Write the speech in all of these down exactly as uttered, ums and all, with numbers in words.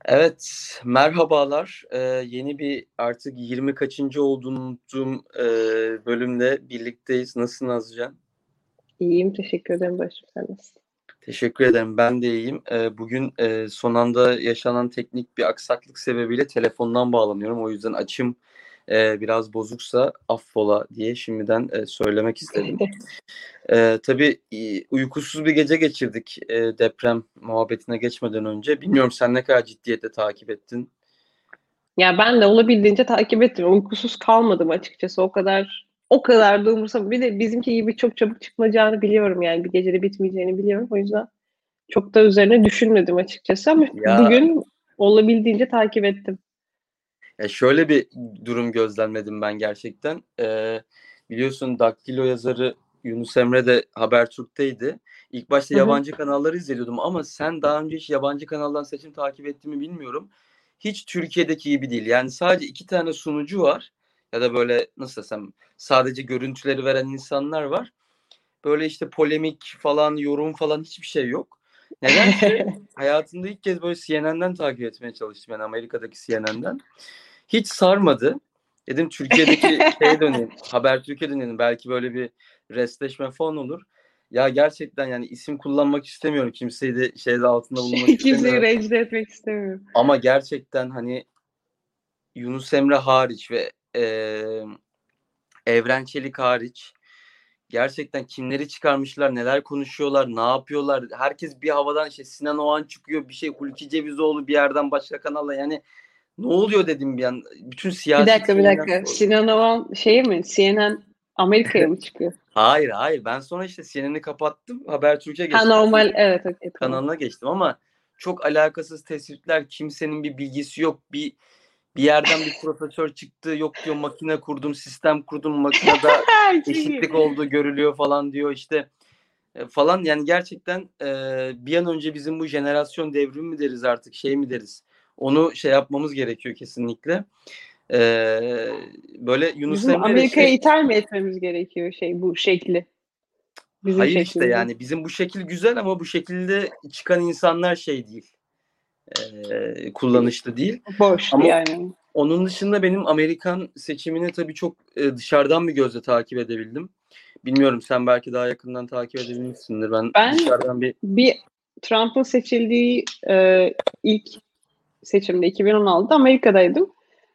Evet, merhabalar. Ee, yeni bir artık yirmi kaçıncı olduğunu unuttuğum e, bölümde birlikteyiz. Nasılsın Nazcan? İyiyim, teşekkür ederim Barış'ım. Sen nasılsın? Teşekkür ederim. Ben de iyiyim. Ee, bugün e, son anda yaşanan teknik bir aksaklık sebebiyle telefondan bağlanıyorum. O yüzden açım e, biraz bozuksa affola diye şimdiden e, söylemek istedim. Ee, tabii e, uykusuz bir gece geçirdik e, deprem muhabbetine geçmeden önce. Bilmiyorum sen ne kadar ciddiyetle takip ettin. Ya ben de olabildiğince takip ettim. Uykusuz kalmadım açıkçası. O kadar o kadar da umursamadım. Bir de bizimki gibi çok çabuk çıkmayacağını biliyorum yani. Bir gecede bitmeyeceğini biliyorum. O yüzden çok da üzerine düşünmedim açıkçası ama Ya bugün olabildiğince takip ettim. Ya şöyle bir durum gözlemledim ben gerçekten. Ee, biliyorsun Daktilo yazarı Yunus Emre de Habertürk'teydi. İlk başta Hı hı. yabancı kanalları izliyordum ama sen daha önce hiç yabancı kanaldan seçim takip ettiğimi bilmiyorum. Hiç Türkiye'deki gibi değil. Yani sadece iki tane sunucu var ya da böyle nasıl desem sadece görüntüleri veren insanlar var. Böyle işte polemik falan, yorum falan hiçbir şey yok. Nedense hayatımda ilk kez böyle C N N'den takip etmeye çalıştım. Yani Amerika'daki C N N'den. Hiç sarmadı. Dedim Türkiye'deki şeye döneyim. Habertürk'e dönelim. Belki böyle bir restleşme falan olur. Ya gerçekten yani isim kullanmak istemiyorum. Kimseyi de şeyde altında bulunmak Kimseyi istemiyorum. rencide etmek istemiyorum. Ama gerçekten hani Yunus Emre hariç ve e, Evren Çelik hariç gerçekten kimleri çıkarmışlar, neler konuşuyorlar, ne yapıyorlar. Herkes bir havadan işte Sinan Oğan çıkıyor, bir şey Hulki Cevizoğlu bir yerden başka kanalla yani ne oluyor dedim bir an. Bütün Bir siyasi dakika bir kimliğinden dakika. sonra. Sinan Oğan şey mi? C N N Amerika'ya mı çıkıyor? Hayır hayır ben sonra işte C N N'i kapattım Habertürk'e Ha geçtim. normal, evet, okey, tamam. Kanalına geçtim ama çok alakasız tespitler, kimsenin bir bilgisi yok. Bir bir yerden bir profesör çıktı, yok diyor makine kurdum, sistem kurdum, makinede Çok iyi. eşitlik olduğu görülüyor falan diyor işte e, falan yani gerçekten e, bir an önce bizim bu jenerasyon devrimi mi deriz artık şey mi deriz? Onu şey yapmamız gerekiyor kesinlikle. E, böyle Yunus Bizim Emre ve Amerika'ya şey ithal mi etmemiz gerekiyor şey bu şekli? Bizim hayır işte şeklimizi. yani bizim bu şekil güzel ama bu şekilde çıkan insanlar şey değil. E, kullanışlı değil. Boş Ama yani. onun dışında benim Amerikan seçimini tabii çok e, dışarıdan bir gözle takip edebildim. Bilmiyorum sen belki daha yakından takip edebilmişsindir. Ben Ben dışarıdan bir bir Trump'ın seçildiği e, ilk seçimde iki bin on altıda Amerika'daydım.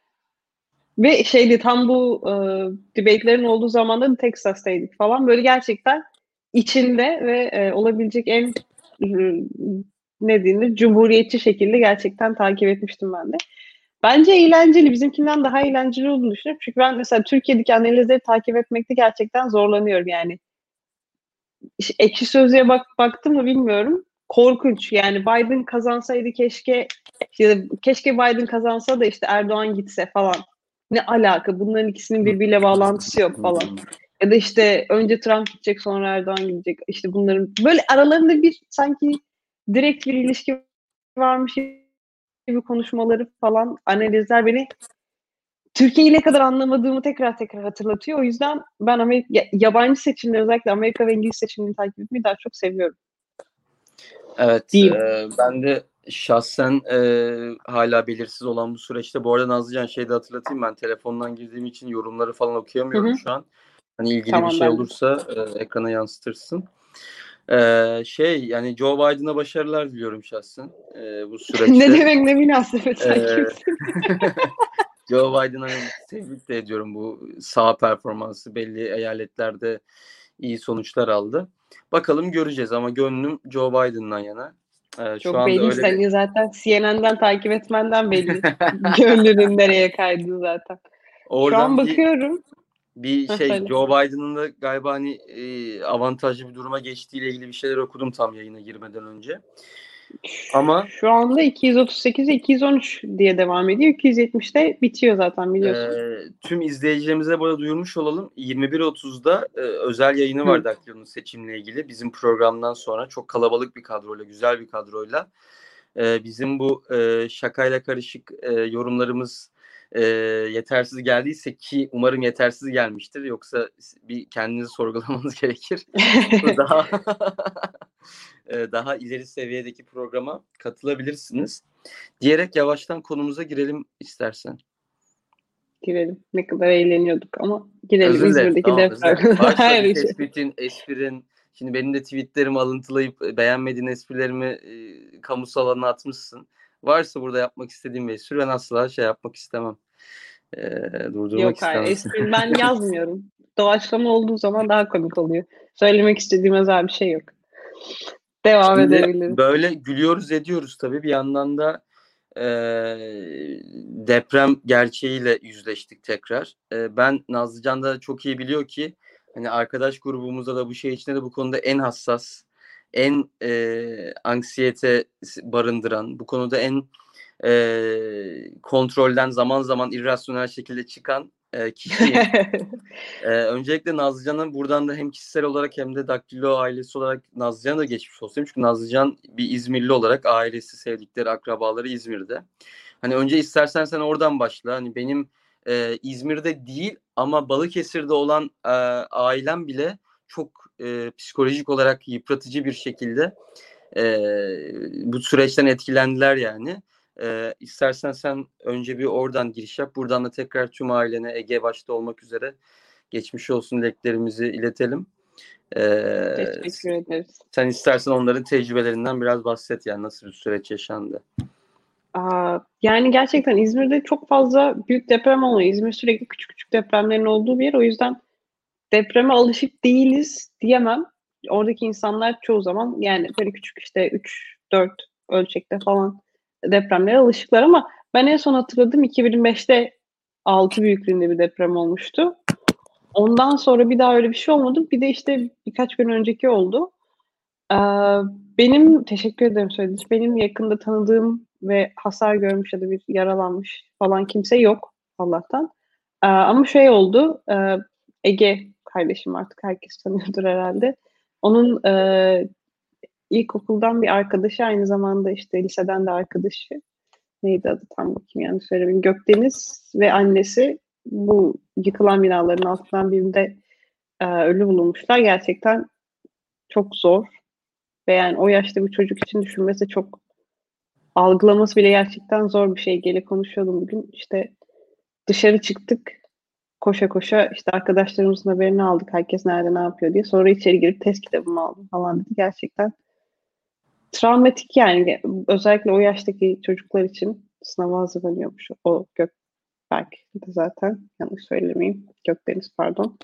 Ve şeydi tam bu e, debate'lerin olduğu zamanda da Texas'taydık falan. Böyle gerçekten içinde ve e, olabilecek en e, ne denir cumhuriyetçi şekilde gerçekten takip etmiştim ben de. Bence eğlenceli. Bizimkinden daha eğlenceli olduğunu düşünüyorum. Çünkü ben mesela Türkiye'deki analizleri takip etmekte gerçekten zorlanıyorum yani. İşte Ekşi Sözlüğe bak baktım mı bilmiyorum. Korkunç. Yani Biden kazansaydı keşke işte keşke Biden kazansa da işte Erdoğan gitse falan. Ne alaka? Bunların ikisinin birbiriyle bağlantısı yok falan. Ya da işte önce Trump gidecek sonra Erdoğan gidecek. İşte bunların böyle aralarında bir sanki direkt bir ilişki varmış gibi konuşmaları falan analizler beni Türkiye'yi ne kadar anlamadığımı tekrar tekrar hatırlatıyor. O yüzden ben Amerika, yabancı seçimleri özellikle Amerika ve İngiliz seçimlerini takip etmeyi daha çok seviyorum. evet Diyeyim. e, ben de şahsen e, hala belirsiz olan bu süreçte bu arada Nazlıcan şey de hatırlatayım ben telefondan girdiğim için yorumları falan Hı okuyamıyorum hı. şu an. Hani ilgili bir Tamam şey ben de. olursa e, ekrana yansıtırsın. E, şey yani Joe Biden'a başarılar diliyorum şahsen e, bu Ne süreçte. demek ne münasebet E, sen kimsin? Joe Biden'a hani tebrik de ediyorum bu sağ performansı belli eyaletlerde iyi sonuçlar aldı. Bakalım göreceğiz ama gönlüm Joe Biden'dan yana. Ee, şu Çok anda belli öyle bir seni zaten C N N'den takip etmenden belli. Gönlünün nereye kaydığı zaten. Şu an oradan bir bakıyorum. bir Ha, şey söyle. Joe Biden'ın da galiba hani e, avantajlı bir duruma geçtiğiyle ilgili bir şeyler okudum tam yayına girmeden önce. Ama Şu anda iki yüz otuz sekize iki yüz on üç diye devam ediyor. iki yüz yetmişte bitiyor zaten e, biliyorsun. tüm izleyicilerimize burada duyurmuş olalım. yirmi bir otuzda e, özel yayını var Hı. Daktilo'nun seçimle ilgili. Bizim programdan sonra çok kalabalık bir kadroyla, güzel bir kadroyla. E, bizim bu e, şakayla karışık e, yorumlarımız e, yetersiz geldiyse ki umarım yetersiz gelmiştir. Yoksa bir kendinizi sorgulamanız gerekir. Daha e, daha ileri seviyedeki programa katılabilirsiniz. Diyerek yavaştan konumuza girelim istersen. Girelim. Ne kadar eğleniyorduk ama girelim Özür dilerim. İzmir'deki Tamam, özür dilerim. deprem. Varsa Her bir şey. tespitin, esprin, şimdi benim de tweetlerimi alıntılayıp e, beğenmediğin esprilerimi e, kamusal alana atmışsın. Varsa burada yapmak istediğim bir espri, ben asla şey yapmak istemem. E, durdurmak Yok hayır. istemem. Espri ben yazmıyorum. Doğaçlama olduğu zaman daha komik oluyor. Söylemek istediğim özel bir şey yok. Devam Şimdi edebiliriz. böyle gülüyoruz ediyoruz tabii, bir yandan da e, deprem gerçeğiyle yüzleştik tekrar. E, ben, Nazlıcan da çok iyi biliyor ki hani arkadaş grubumuzda da bu şey içinde de bu konuda en hassas, en e, anksiyete barındıran, bu konuda en e, kontrolden zaman zaman irrasyonel şekilde çıkan e, kişiyim. Ee, öncelikle Nazlıcan'ın buradan da hem kişisel olarak hem de Daktilo ailesi olarak Nazlıcan'a da geçmiş olsun. Çünkü Nazlıcan bir İzmirli olarak ailesi, sevdikleri, akrabaları İzmir'de. Hani önce istersen sen oradan başla. Hani benim e, İzmir'de değil ama Balıkesir'de olan e, ailem bile çok e, psikolojik olarak yıpratıcı bir şekilde e, bu süreçten etkilendiler yani. E, istersen sen önce bir oradan giriş yap. Buradan da tekrar tüm ailene, Ege başta olmak üzere, geçmiş olsun dileklerimizi iletelim. Ee, Teşekkür ederiz. sen istersen onların tecrübelerinden biraz bahset, yani nasıl bir süreç yaşandı. Aa, yani gerçekten İzmir'de çok fazla büyük deprem oluyor. İzmir sürekli küçük küçük depremlerin olduğu bir yer. O yüzden depreme alışık değiliz diyemem. Oradaki insanlar çoğu zaman yani böyle küçük işte üç dört ölçekte falan depremlere alışıklar ama ben en son hatırladım iki bin beşte altı büyüklüğünde bir deprem olmuştu. Ondan sonra bir daha öyle bir şey olmadı. Bir de işte birkaç gün önceki oldu. Ee, benim teşekkür ederim söylediğiniz. için. Benim yakında tanıdığım ve hasar görmüş ya da bir yaralanmış falan kimse yok Allah'tan. Ee, ama şey oldu. E, Ege kardeşim artık herkes tanıyordur herhalde. Onun e, ilkokuldan bir arkadaşı aynı zamanda işte liseden de arkadaşı. Neydi adı tam bakayım yani söylemeyeyim. Gökdeniz ve annesi bu yıkılan binaların altından birinde e, ölü bulunmuşlar. Gerçekten çok zor. Ve yani o yaşta bir çocuk için düşünmesi çok algılaması bile gerçekten zor bir şey. Gele konuşuyordum bugün. İşte dışarı çıktık. Koşa koşa işte arkadaşlarımızın haberini aldık. Herkes nerede ne yapıyor diye. Sonra içeri girip test kitabımı aldım falan dedi. Gerçekten travmatik yani. Özellikle o yaştaki çocuklar için sınava hazırlanıyormuş. O Gökberk de zaten. Yanlış söylemeyeyim. Gökdeniz pardon.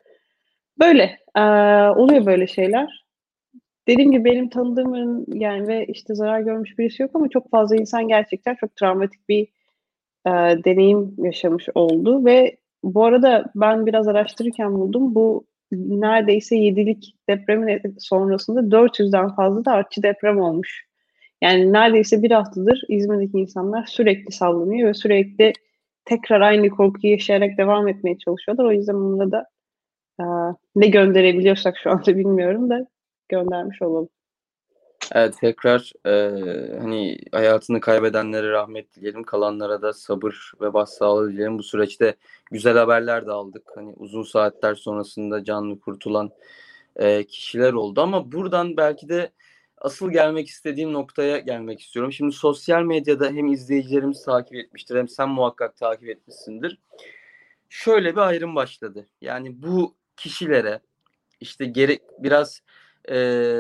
Böyle. Ee, oluyor böyle şeyler. Dediğim gibi benim tanıdığım yani ve işte zarar görmüş birisi yok ama çok fazla insan gerçekten çok travmatik bir e, deneyim yaşamış oldu ve bu arada ben biraz araştırırken buldum bu neredeyse yedilik depremin sonrasında dört yüzden fazla da artçı deprem olmuş. Yani neredeyse bir haftadır İzmir'deki insanlar sürekli sallanıyor ve sürekli tekrar aynı korkuyu yaşayarak devam etmeye çalışıyorlar. O yüzden onunla da e, ne gönderebiliyorsak şu anda bilmiyorum da göndermiş olalım. Evet, tekrar e, hani hayatını kaybedenlere rahmet dileyelim. Kalanlara da sabır ve başsağlığı dileyelim. Bu süreçte güzel haberler de aldık. Hani uzun saatler sonrasında canlı kurtulan e, kişiler oldu. Ama buradan belki de asıl gelmek istediğim noktaya gelmek istiyorum. Şimdi sosyal medyada hem izleyicilerimiz takip etmiştir hem sen muhakkak takip etmişsindir. Şöyle bir ayrım başladı. Yani bu kişilere işte gerek biraz e,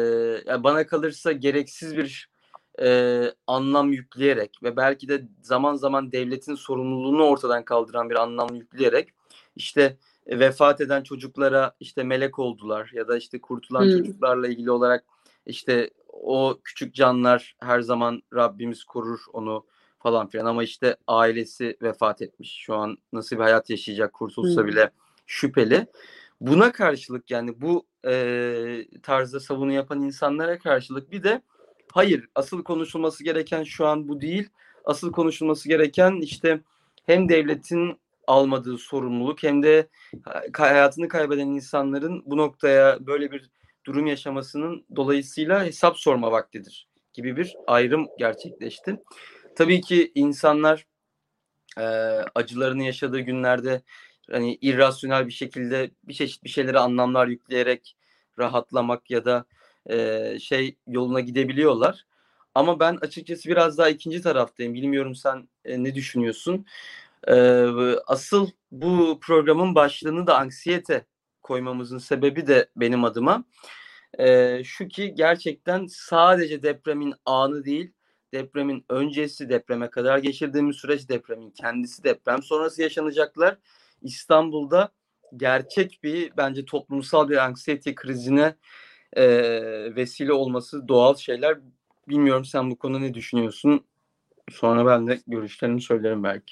bana kalırsa gereksiz bir e, anlam yükleyerek ve belki de zaman zaman devletin sorumluluğunu ortadan kaldıran bir anlam yükleyerek işte e, vefat eden çocuklara işte melek oldular ya da işte kurtulan Hmm. çocuklarla ilgili olarak işte o küçük canlar her zaman Rabbimiz korur onu falan filan, ama işte ailesi vefat etmiş. Şu an nasıl bir hayat yaşayacak, kurtulsa Hmm. bile şüpheli. Buna karşılık, yani bu e, tarzda savunu yapan insanlara karşılık bir de hayır, asıl konuşulması gereken şu an bu değil. Asıl konuşulması gereken işte hem devletin almadığı sorumluluk hem de hayatını kaybeden insanların bu noktaya böyle bir durum yaşamasının dolayısıyla hesap sorma vaktidir gibi bir ayrım gerçekleşti. Tabii ki insanlar e, acılarını yaşadığı günlerde hani irrasyonel bir şekilde bir çeşit bir şeylere anlamlar yükleyerek rahatlamak ya da e, şey yoluna gidebiliyorlar. Ama ben açıkçası biraz daha ikinci taraftayım. Bilmiyorum sen e, ne düşünüyorsun? E, Asıl bu programın başlığını da anksiyete koymamızın sebebi de benim adıma e, şu ki gerçekten sadece depremin anı değil, depremin öncesi, depreme kadar geçirdiğimiz süreç, depremin kendisi, deprem sonrası yaşanacaklar. İstanbul'da gerçek bir bence toplumsal bir anksiyete krizine e, vesile olması doğal şeyler. Bilmiyorum sen bu konuda ne düşünüyorsun? Sonra ben de görüşlerimi söylerim belki.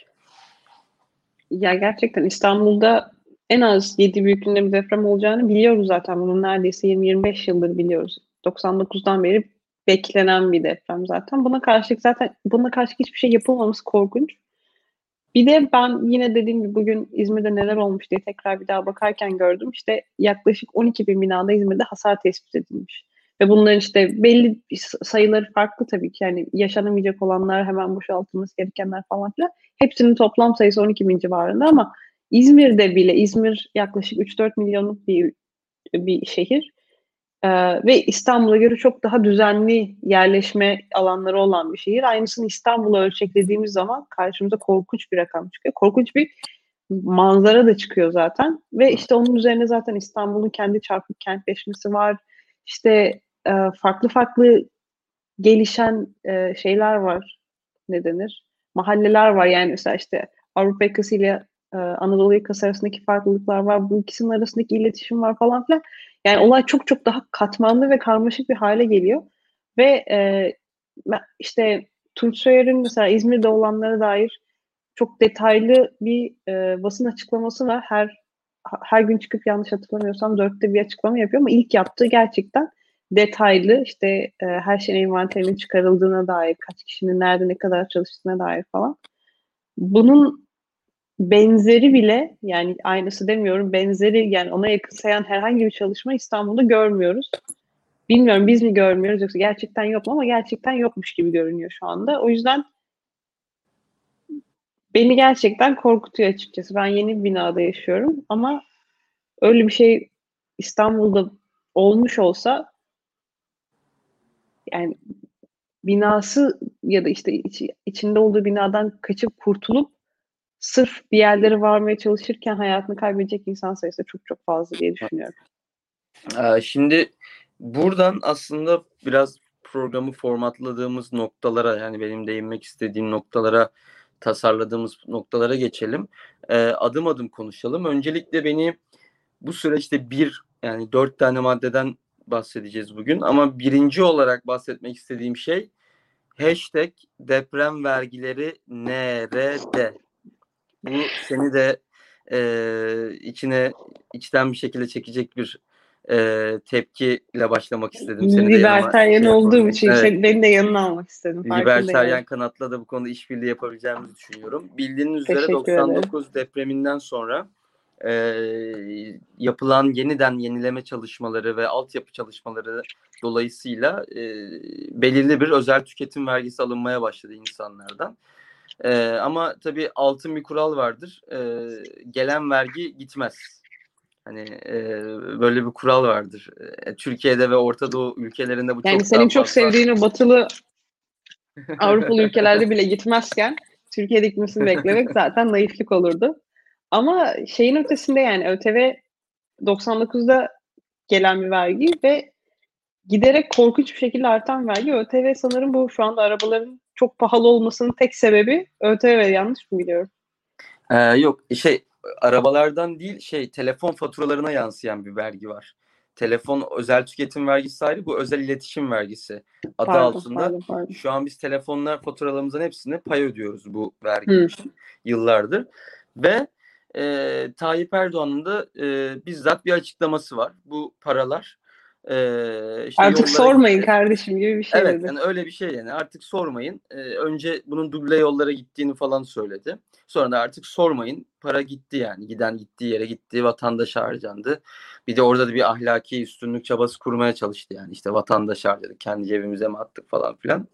Ya gerçekten İstanbul'da en az yedi büyüklüğünde bir deprem olacağını biliyoruz zaten. Bunu neredeyse yirmi yirmi beş yıldır biliyoruz. doksan dokuzdan beri beklenen bir deprem zaten. Buna karşılık zaten buna karşılık hiçbir şey yapılmaması korkunç. Bir de ben yine dediğim gibi bugün İzmir'de neler olmuş diye tekrar bir daha bakarken gördüm. İşte yaklaşık on iki bin binada İzmir'de hasar tespit edilmiş. Ve bunların işte belli sayıları farklı tabii ki. Yani yaşanamayacak olanlar, hemen boşaltılması gerekenler falan filan. Hepsinin toplam sayısı on iki bin civarında ama İzmir'de bile, İzmir yaklaşık üç dört milyonluk bir, bir şehir. Ee, ve İstanbul'a göre çok daha düzenli yerleşme alanları olan bir şehir. Aynısını İstanbul'a ölçeklediğimiz zaman karşımıza korkunç bir rakam çıkıyor. Korkunç bir manzara da çıkıyor zaten. Ve işte onun üzerine zaten İstanbul'un kendi çarpık kentleşmesi var. İşte e, farklı farklı gelişen e, şeyler var. Ne denir? Mahalleler var. Yani mesela işte Avrupa yakası ile e, Anadolu yakası arasındaki farklılıklar var. Bu ikisinin arasındaki iletişim var falan filan. Yani olay çok çok daha katmanlı ve karmaşık bir hale geliyor. Ve e, işte Tunç Soyer'in mesela İzmir'de olanlara dair çok detaylı bir e, basın açıklaması var. Her her gün çıkıp yanlış hatırlamıyorsam dörtte bir açıklama yapıyor ama ilk yaptığı gerçekten detaylı işte e, her şeyin envanterinin çıkarıldığına dair, kaç kişinin nerede ne kadar çalıştığına dair falan. Bunun benzeri bile yani aynısı demiyorum benzeri yani ona yakınsayan herhangi bir çalışma İstanbul'da görmüyoruz. Bilmiyorum biz mi görmüyoruz yoksa gerçekten yok mu ama gerçekten yokmuş gibi görünüyor şu anda. O yüzden beni gerçekten korkutuyor açıkçası. Ben yeni bir binada yaşıyorum ama öyle bir şey İstanbul'da olmuş olsa yani binası ya da işte iç, içinde olduğu binadan kaçıp kurtulup sırf bir yerlere varmaya çalışırken hayatını kaybedecek insan sayısı çok çok fazla diye düşünüyorum. Ee, şimdi buradan aslında biraz programı formatladığımız noktalara yani benim değinmek istediğim noktalara tasarladığımız noktalara geçelim. Ee, adım adım konuşalım. Öncelikle beni bu süreçte bir yani dört tane maddeden bahsedeceğiz bugün ama birinci olarak bahsetmek istediğim şey hashtag deprem vergileri nerede? Bu seni de e, içine içten bir şekilde çekecek bir e, tepkiyle başlamak istedim. Seni de yanıma Libertaryen şey olduğum yapalım. için Evet. sen, beni de yanına almak istedim. Farkındayım. Evet. Libertaryen kanatla da bu konuda işbirliği yapabileceğimizi düşünüyorum. Bildiğiniz üzere Teşekkür ederim. doksan dokuz depreminden sonra e, yapılan yeniden yenileme çalışmaları ve altyapı çalışmaları dolayısıyla e, belirli bir özel tüketim vergisi alınmaya başladı insanlardan. Ee, ama tabii altın bir kural vardır. Ee, gelen vergi gitmez. Hani e, böyle bir kural vardır. E, Türkiye'de ve Orta Doğu ülkelerinde bu Yani çok daha senin çok fazla. sevdiğin o batılı Avrupalı ülkelerde bile gitmezken Türkiye'de gitmesini beklemek zaten naiflik olurdu. Ama şeyin ötesinde yani ÖTV doksan dokuzda gelen bir vergi ve giderek korkunç bir şekilde artan vergi. ÖTV sanırım bu şu anda arabaların çok pahalı olmasının tek sebebi ÖTV. Yanlış mı biliyorum? Ee, yok şey arabalardan değil şey telefon faturalarına yansıyan bir vergi var. Telefon özel tüketim vergisi ayrı, bu özel iletişim vergisi adı Pardon, altında. pardon, pardon. Şu an biz telefonlar faturalarımızın hepsine pay ödüyoruz bu vergi Hmm. için yıllardır. Ve e, Tayyip Erdoğan'ın da e, bizzat bir açıklaması var. Bu paralar e, işte Artık yollara sormayın gitti. kardeşim gibi bir şey Evet dedi. yani öyle bir şey yani artık sormayın. Ee, önce bunun duble yollara gittiğini falan söyledi. Sonra da artık sormayın. Para gitti yani. Giden gittiği yere gitti. Vatandaş harcandı. Bir de orada da bir ahlaki üstünlük çabası kurmaya çalıştı yani. İşte vatandaş harcadık. Kendi cebimize mi attık falan filan.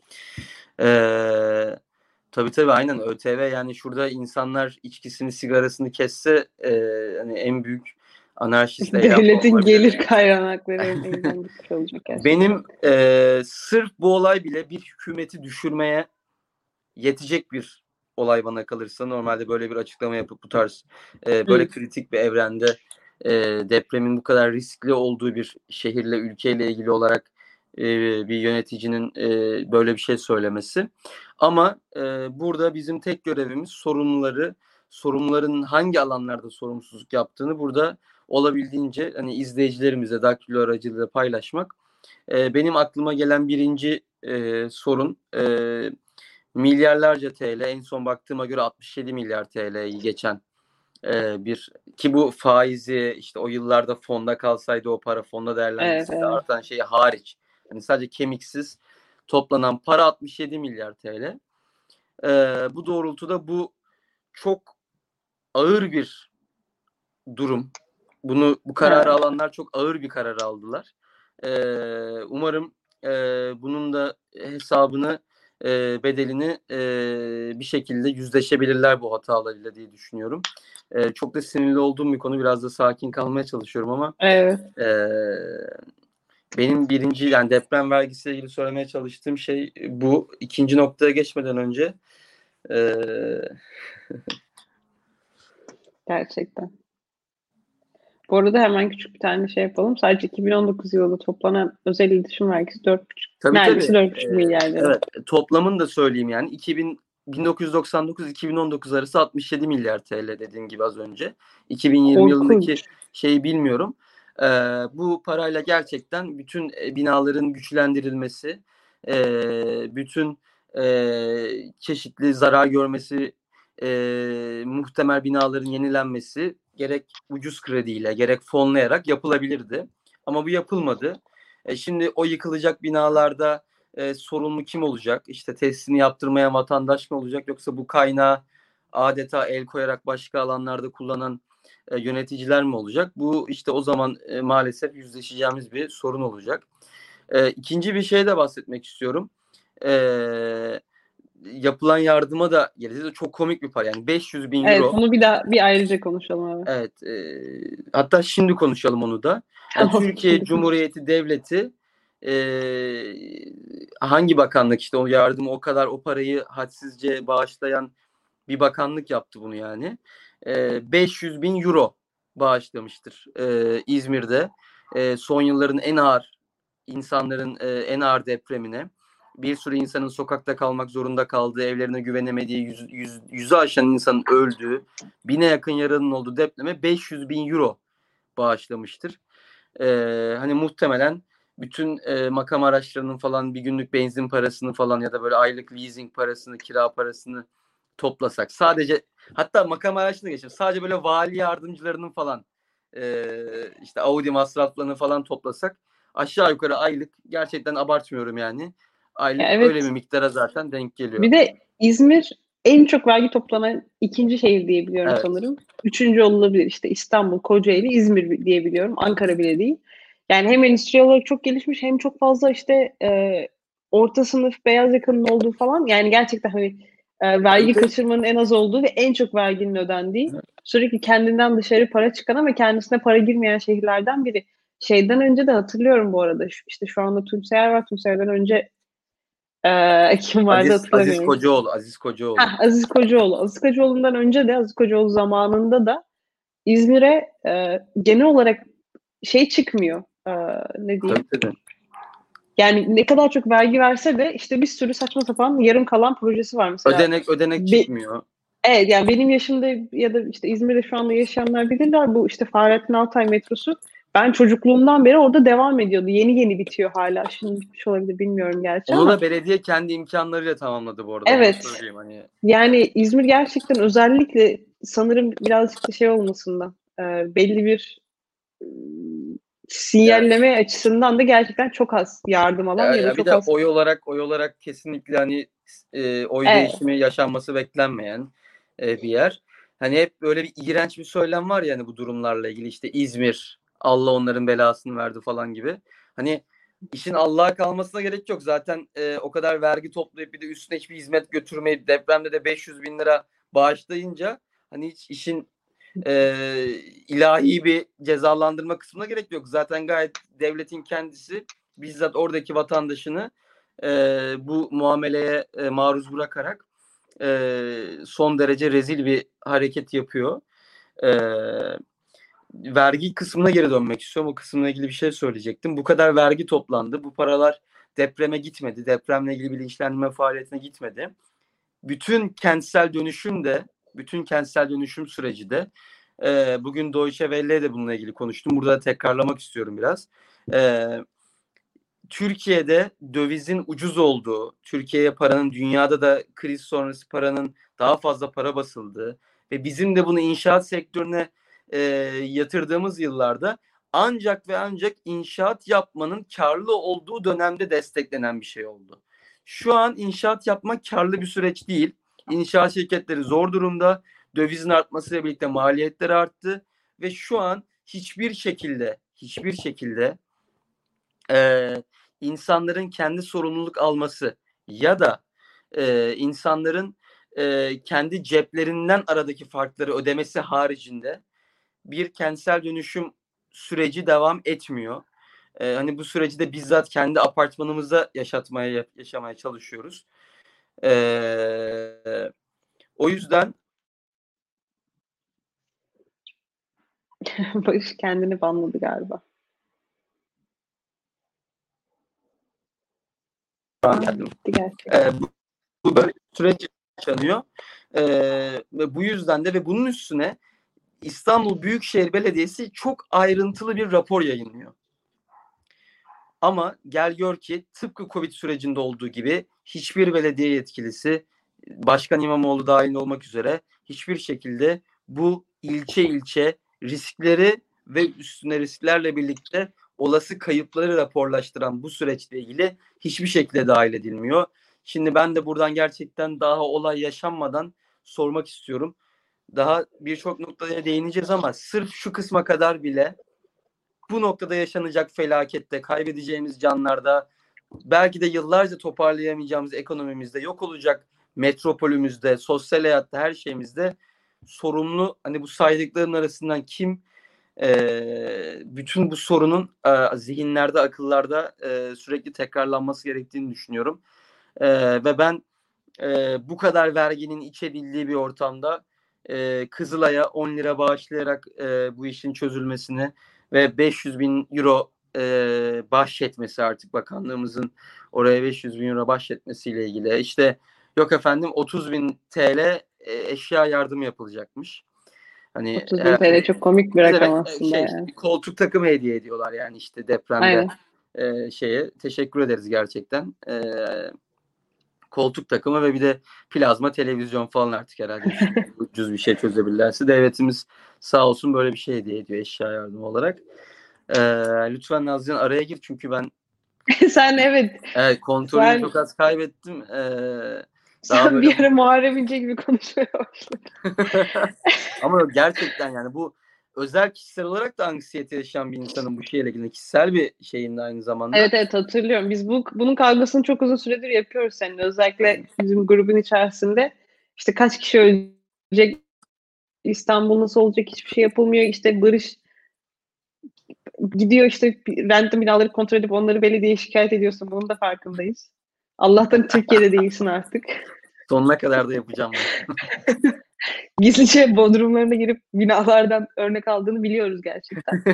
Ee, tabii tabii aynen ÖTV yani şurada insanlar içkisini sigarasını kesse e, hani en büyük Anarşist eylem Devletin formu gelir dedi. kaynakları elinden gitmiş olacak gerçekten. Benim e, sırf bu olay bile bir hükümeti düşürmeye yetecek bir olay bana kalırsa. Normalde böyle bir açıklama yapıp bu tarz e, böyle Hı. kritik bir evrende e, depremin bu kadar riskli olduğu bir şehirle, ülkeyle ilgili olarak e, bir yöneticinin e, böyle bir şey söylemesi. Ama e, burada bizim tek görevimiz sorunları, sorunların hangi alanlarda sorumsuzluk yaptığını burada olabildiğince hani izleyicilerimize Daktilo aracılığıyla paylaşmak. E, benim aklıma gelen birinci e, sorun e, milyarlarca T L, en son baktığıma göre altmış yedi milyar T L'yi geçen e, bir, ki bu faizi işte o yıllarda fonda kalsaydı o para fonda Evet, değerlendirseydi evet. artan şeyi hariç. Yani sadece kemiksiz toplanan para altmış yedi milyar T L. E, bu doğrultuda bu çok ağır bir durum. Bunu bu kararı Evet. alanlar çok ağır bir karar aldılar. E, umarım e, bunun da hesabını e, bedelini e, bir şekilde yüzleşebilirler bu hatalarıyla diye düşünüyorum. E, çok da sinirli olduğum bir konu. Biraz da sakin kalmaya çalışıyorum ama Evet. e, benim birinci yani deprem vergisiyle ilgili söylemeye çalıştığım şey bu. İkinci noktaya geçmeden önce e, Gerçekten. Bu arada hemen küçük bir tane şey yapalım. Sadece iki bin on dokuz yılında toplanan özel iletişim vergisi dört buçuk, tabii neredeyse tabii. dört buçuk Ee, milyar lira. evet, toplamını da söyleyeyim yani iki bin bin dokuz yüz doksan dokuz iki bin on dokuz arası altmış yedi milyar T L dediğim gibi az önce. iki bin yirmi yılındaki Korkunç. şeyi bilmiyorum. Ee, bu parayla gerçekten bütün e, binaların güçlendirilmesi, e, bütün e, çeşitli zarar görmesi e, muhtemel binaların yenilenmesi gerek ucuz krediyle gerek fonlayarak yapılabilirdi. Ama bu yapılmadı. E, şimdi o yıkılacak binalarda e, sorumlu kim olacak? İşte testini yaptırmaya vatandaş mı olacak? Yoksa bu kaynağı adeta el koyarak başka alanlarda kullanan e, yöneticiler mi olacak? Bu işte o zaman e, maalesef yüzleşeceğimiz bir sorun olacak. E, ikinci bir şey de bahsetmek istiyorum. E, yapılan yardıma da geleceğiz. Çok komik bir para. Yani beş yüz bin Evet, euro. bunu bir daha bir ayrıca konuşalım abi. Evet. E, hatta şimdi konuşalım onu da. Yani Tamam, Türkiye şimdi konuş. Cumhuriyeti Devleti e, hangi bakanlık işte o yardımı o kadar o parayı hadsizce bağışlayan bir bakanlık yaptı bunu yani. E, beş yüz bin euro bağışlamıştır e, İzmir'de. E, son yılların en ağır insanların e, en ağır depremine. Bir sürü insanın sokakta kalmak zorunda kaldığı, evlerine güvenemediği, yüz, yüz, yüzü aşan insanın öldüğü, bine yakın yaralının olduğu depreme beş yüz bin euro bağışlamıştır. Ee, hani muhtemelen bütün e, makam araçlarının falan bir günlük benzin parasını falan ya da böyle aylık leasing parasını, kira parasını toplasak. Sadece hatta makam araçını geçip sadece böyle vali yardımcılarının falan e, işte Audi masraflarını falan toplasak aşağı yukarı aylık gerçekten abartmıyorum yani. Ya Aylık öyle bir evet. miktara zaten denk geliyor. Bir de İzmir en çok vergi toplanan ikinci şehir diye biliyorum Evet. sanırım. Üçüncü olabilir. İşte İstanbul, Kocaeli, İzmir diye biliyorum. Ankara bile değil. Yani hem endüstriyel olarak çok gelişmiş hem çok fazla işte e, orta sınıf beyaz yakanın olduğu falan. Yani gerçekten hani e, vergi Evet. kaçırmanın en az olduğu ve en çok verginin ödendiği, sürekli kendinden dışarı para çıkan ve kendisine para girmeyen şehirlerden biri. Şeyden önce de hatırlıyorum bu arada. Şu- İşte şu anda Tunçer var. Tunçer'den önce e, kim vardı Aziz Aziz hatırlamıyorum. Kocaoğlu, Aziz Kocaoğlu. Heh, Aziz Kocaoğlu. Aziz Kocaoğlu'ndan önce de Aziz Kocaoğlu zamanında da İzmir'e e, genel olarak şey çıkmıyor. E, ne diyeyim? Tabii tabii. Yani ne kadar çok vergi verse de işte bir sürü saçma sapan yarım kalan projesi var mesela. Ödenek ödenek Be- çıkmıyor. evet, yani benim yaşımda ya da işte İzmir'de şu anda yaşayanlar bilirler, bu işte Fahrettin Altay metrosu. Ben çocukluğumdan beri orada devam ediyordu. Yeni yeni bitiyor hala. Şimdi bitmiş olabilir, bilmiyorum gerçi Onu ama. da belediye kendi imkanlarıyla tamamladı bu arada. Onu da Evet. söyleyeyim hani. Yani İzmir gerçekten özellikle sanırım birazcık da şey olmasından, e, belli bir e, Ya, sinyalleme açısından da gerçekten çok az yardım alan ya, ya da ya bir çok de az. oy olarak oy olarak kesinlikle hani e, oy Evet. değişimi yaşanması beklenmeyen e, bir yer. Hani hep böyle bir iğrenç bir söylem var yani bu durumlarla ilgili işte İzmir Allah onların belasını verdi falan gibi. Hani işin Allah'a kalmasına gerek yok. Zaten e, o kadar vergi toplayıp bir de üstüne hiçbir hizmet götürmeyip depremde de beş yüz bin lira bağışlayınca hani hiç işin e, ilahi bir cezalandırma kısmına gerek yok. Zaten gayet devletin kendisi bizzat oradaki vatandaşını e, bu muameleye e, maruz bırakarak e, son derece rezil bir hareket yapıyor. E, vergi kısmına geri dönmek istiyorum. O kısımla ilgili bir şey söyleyecektim. Bu kadar vergi toplandı. Bu paralar depreme gitmedi. Depremle ilgili bilinçlendirme faaliyetine gitmedi. Bütün kentsel dönüşüm de, bütün kentsel dönüşüm süreci de e, bugün Deutsche Welle'ye de bununla ilgili konuştum. Burada da tekrarlamak istiyorum biraz. E, Türkiye'de dövizin ucuz olduğu, Türkiye'ye paranın dünyada da kriz sonrası paranın daha fazla para basıldığı ve bizim de bunu inşaat sektörüne e, yatırdığımız yıllarda ancak ve ancak inşaat yapmanın karlı olduğu dönemde desteklenen bir şey oldu. Şu an inşaat yapmak karlı bir süreç değil. İnşaat şirketleri zor durumda. Dövizin artmasıyla birlikte maliyetleri arttı ve şu an hiçbir şekilde hiçbir şekilde e, insanların kendi sorumluluk alması ya da e, insanların e, kendi ceplerinden aradaki farkları ödemesi haricinde bir kentsel dönüşüm süreci devam etmiyor. E, hani bu süreci de bizzat kendi apartmanımızda yaşatmaya yaşamaya çalışıyoruz. E, o yüzden Barış kendini banladı galiba. geldim. E, bu, bu böyle süreç yaşanıyor. E, ve bu yüzden de ve bunun üstüne İstanbul Büyükşehir Belediyesi çok ayrıntılı bir rapor yayınlıyor. Ama gel gör ki tıpkı Covid sürecinde olduğu gibi hiçbir belediye yetkilisi, Başkan İmamoğlu dahil olmak üzere hiçbir şekilde bu ilçe ilçe riskleri ve üstüne risklerle birlikte olası kayıpları raporlaştıran bu süreçle ilgili hiçbir şekilde dahil edilmiyor. Şimdi ben de buradan gerçekten daha olay yaşanmadan sormak istiyorum. Daha birçok noktaya değineceğiz ama sırf şu kısma kadar bile bu noktada yaşanacak felakette, kaybedeceğimiz canlarda, belki de yıllarca toparlayamayacağımız ekonomimizde, yok olacak metropolümüzde, sosyal hayatta, her şeyimizde sorumlu, hani bu saydıkların arasından kim e, bütün bu sorunun e, zihinlerde, akıllarda e, sürekli tekrarlanması gerektiğini düşünüyorum. E, ve ben e, bu kadar verginin içebildiği bir ortamda e, Kızılay'a on lira bağışlayarak e, bu işin çözülmesini ve beş yüz bin euro e, bahşetmesi, artık bakanlığımızın oraya beş yüz bin euro bahşetmesiyle ilgili, işte yok efendim otuz bin T L e, eşya yardımı yapılacakmış. Hani otuz bin T L çok komik bir ne rakam demek, aslında şey, yani. işte, koltuk takımı hediye ediyorlar yani işte depremde e, şeye teşekkür ederiz gerçekten. E, koltuk takımı ve bir de plazma televizyon falan artık herhalde ucuz bir şey çözebilirlerse. Devletimiz sağ olsun böyle bir şey hediye ediyor eşya yardımı olarak. Ee, lütfen Nazlıcan araya gir çünkü ben Sen evet. evet, kontrolümü Sen, çok az kaybettim. Ee, daha sen böyle bir ara Muharrem İnce gibi konuşmaya başladın. ama gerçekten yani bu özel kişisel olarak da anksiyete yaşayan bir insanın bu şeyle ilgili kişisel bir şeyin de aynı zamanda. Evet evet hatırlıyorum. Biz bu bunun kavgasını çok uzun süredir yapıyoruz seninle. Özellikle bizim grubun içerisinde işte kaç kişi ölecek, İstanbul nasıl olacak, hiçbir şey yapılmıyor. İşte Barış gidiyor işte rentli binaları kontrol edip onları belediyeye şikayet ediyorsun. Bunun da farkındayız. Allah'tan Türkiye'de değilsin artık. Sonuna kadar da yapacağım bunu. Gizlice bodrumlarına girip binalardan örnek aldığını biliyoruz gerçekten.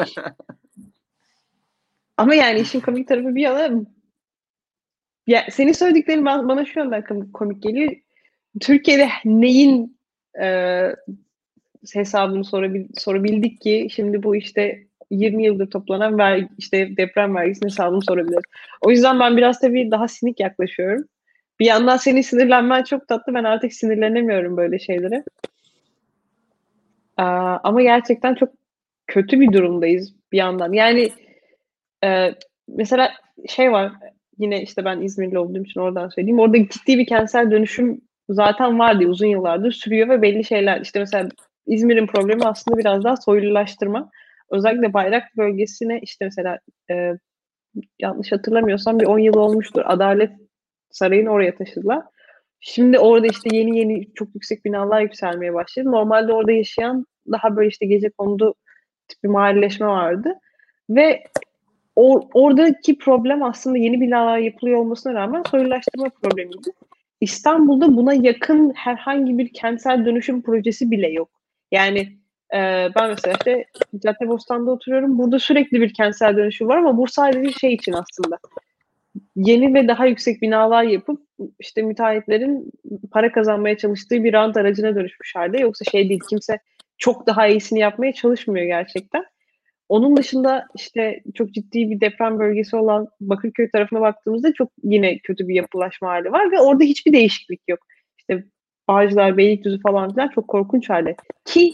Ama yani işin komik tarafı bir yana, ya senin söylediklerin bana şu yönden komik geliyor. Türkiye'de neyin e, hesabını sorabil, sorabildik ki şimdi bu işte yirmi yıldır toplanan vergi, işte deprem vergisinin hesabını sorabiliriz. O yüzden ben biraz tabii daha sinik yaklaşıyorum. Bir yandan senin sinirlenmen çok tatlı. Ben artık sinirlenemiyorum böyle şeylere. Aa, ama gerçekten çok kötü bir durumdayız bir yandan. Yani e, mesela şey var. Yine işte ben İzmirli olduğum için oradan söyleyeyim. Orada ciddi bir kentsel dönüşüm zaten vardı. Uzun yıllardır sürüyor ve belli şeyler. İşte mesela İzmir'in problemi aslında biraz daha soylulaştırma. Özellikle Bayrak bölgesine işte mesela e, yanlış hatırlamıyorsam bir on yıl olmuştur. Adalet Sarayı'nı oraya taşıdılar. Şimdi orada işte yeni yeni çok yüksek binalar yükselmeye başladı. Normalde orada yaşayan daha böyle işte gecekondu tipi mahalleşme vardı ve o oradaki problem aslında yeni binalar yapılıyor olmasına rağmen soyulaştırma problemiydi. İstanbul'da buna yakın herhangi bir kentsel dönüşüm projesi bile yok. Yani e, ben mesela işte Caddebostan'da oturuyorum. Burada sürekli bir kentsel dönüşüm var ama bu sadece şey için aslında. Yeni ve daha yüksek binalar yapıp işte müteahhitlerin para kazanmaya çalıştığı bir rant aracına dönüşmüş halde. Yoksa şey değil, kimse çok daha iyisini yapmaya çalışmıyor gerçekten. Onun dışında işte çok ciddi bir deprem bölgesi olan Bakırköy tarafına baktığımızda çok yine kötü bir yapılaşma hali var ve orada hiçbir değişiklik yok. İşte Bağcılar, Beylikdüzü falan filan çok korkunç halde. Ki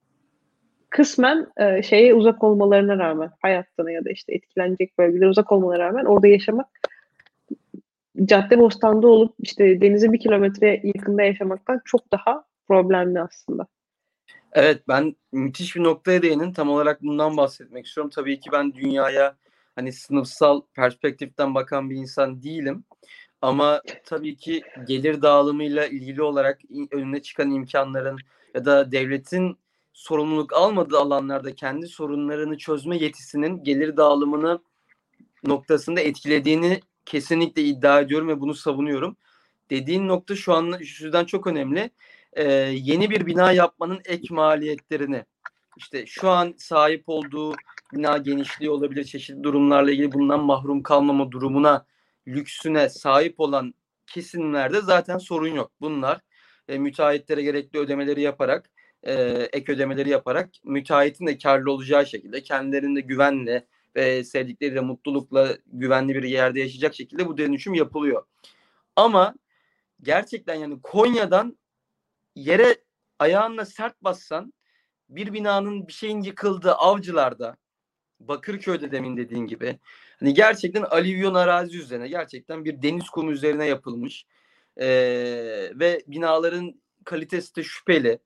kısmen e, şeye uzak olmalarına rağmen, hayattan ya da işte etkilenecek bölgelere uzak olmalarına rağmen orada yaşamak, Caddebostan'da olup işte denize bir kilometre yakında yaşamaktan çok daha problemli aslında. Evet, ben müthiş bir noktaya değinin. Tam olarak bundan bahsetmek istiyorum. Tabii ki ben dünyaya hani sınıfsal perspektiften bakan bir insan değilim. Ama tabii ki gelir dağılımıyla ilgili olarak önüne çıkan imkanların ya da devletin sorumluluk almadığı alanlarda kendi sorunlarını çözme yetisinin gelir dağılımını noktasında etkilediğini kesinlikle iddia ediyorum ve bunu savunuyorum. Dediğin nokta şu an şu yüzden çok önemli. Ee, yeni bir bina yapmanın ek maliyetlerini, işte şu an sahip olduğu bina genişliği olabilir, çeşitli durumlarla ilgili bundan mahrum kalmama durumuna, lüksüne sahip olan kesimlerde zaten sorun yok. Bunlar e, müteahhitlere gerekli ödemeleri yaparak, e, ek ödemeleri yaparak müteahhitin de karlı olacağı şekilde kendilerinin de güvenle ve sevdikleriyle mutlulukla güvenli bir yerde yaşayacak şekilde bu dönüşüm yapılıyor. Ama gerçekten yani Konya'dan yere ayağınla sert bassan bir binanın bir şeyin yıkıldığı Avcılar'da, Bakırköy'de demin dediğin gibi hani gerçekten alüvyon arazi üzerine, gerçekten bir deniz kumu üzerine yapılmış ee, ve binaların kalitesi de şüpheli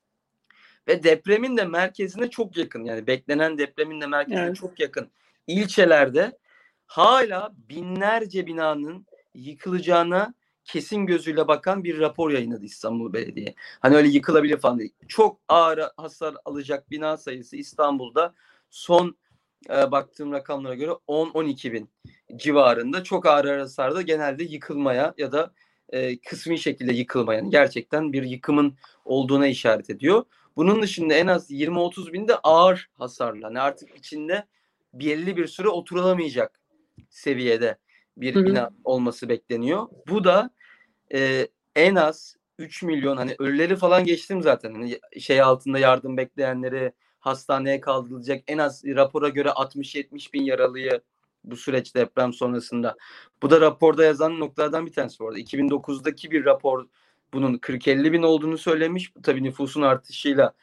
ve depremin de merkezine çok yakın, yani beklenen depremin de merkezine Evet. çok yakın ilçelerde hala binlerce binanın yıkılacağına kesin gözüyle bakan bir rapor yayınladı İstanbul Belediye. Hani öyle yıkılabilir falan değil. Çok ağır hasar alacak bina sayısı İstanbul'da son e, baktığım rakamlara göre on on iki bin civarında. Çok ağır hasarda genelde yıkılmaya ya da e, kısmi şekilde yıkılmaya, yani gerçekten bir yıkımın olduğuna işaret ediyor. Bunun dışında en az yirmi otuz bin de ağır hasarlı. Yani artık içinde belli bir süre oturulamayacak seviyede bir Hı hı. bina olması bekleniyor. Bu da e, en az üç milyon, hani ölüleri falan geçtim zaten. Hani şey altında yardım bekleyenleri, hastaneye kaldırılacak en az rapora göre altmış yetmiş bin yaralıyı bu süreç deprem sonrasında. Bu da raporda yazan noktalardan bir tanesi bu arada. iki bin dokuzdaki bir rapor bunun kırk elli bin olduğunu söylemiş. Tabii nüfusun artışıyla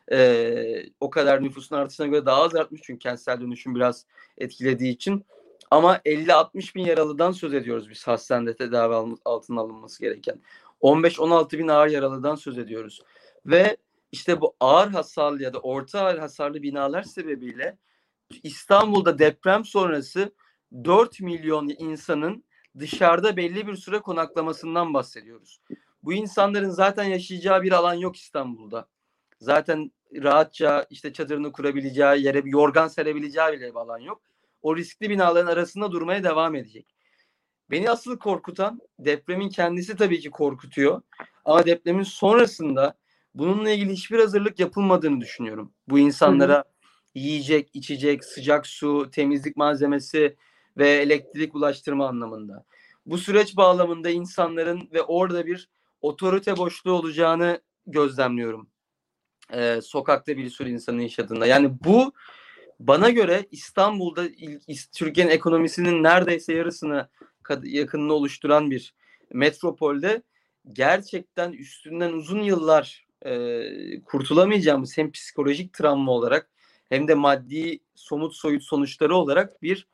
e, o kadar nüfusun artışına göre daha az artmış çünkü kentsel dönüşüm biraz etkilediği için. Ama elli altmış bin yaralıdan söz ediyoruz biz hastanede tedavi altına alınması gereken. on beş on altı bin ağır yaralıdan söz ediyoruz. Ve işte bu ağır hasarlı ya da orta ağır hasarlı binalar sebebiyle İstanbul'da deprem sonrası dört milyon insanın dışarıda belli bir süre konaklamasından bahsediyoruz. Bu insanların zaten yaşayacağı bir alan yok İstanbul'da. Zaten rahatça işte çadırını kurabileceği, yere bir yorgan serebileceği bile bir alan yok. O riskli binaların arasında durmaya devam edecek. Beni asıl korkutan depremin kendisi tabii ki korkutuyor. Ama depremin sonrasında bununla ilgili hiçbir hazırlık yapılmadığını düşünüyorum. Bu insanlara hı hı. yiyecek, içecek, sıcak su, temizlik malzemesi ve elektrik ulaştırma anlamında. Bu süreç bağlamında insanların ve orada bir otorite boşluğu olacağını gözlemliyorum. Ee, sokakta bir sürü insanın yaşadığında. Yani bu bana göre İstanbul'da Türkiye'nin ekonomisinin neredeyse yarısını yakınını oluşturan bir metropolde gerçekten üstünden uzun yıllar e, kurtulamayacağımız hem psikolojik travma olarak hem de maddi somut soyut sonuçları olarak bir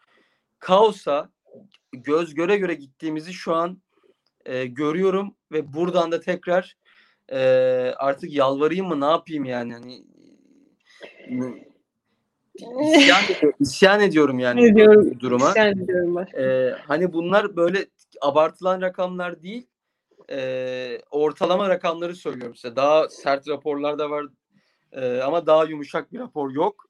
kaosa göz göre göre gittiğimizi şu an e, görüyorum ve buradan da tekrar e, artık yalvarayım mı ne yapayım yani hani isyan, isyan ediyorum yani Ne böyle diyorum? bir duruma. İsyan ediyorum başka. Ee, hani bunlar böyle abartılan rakamlar değil. E, ortalama rakamları söylüyorum size. Daha sert raporlar da var. Ee, ama daha yumuşak bir rapor yok.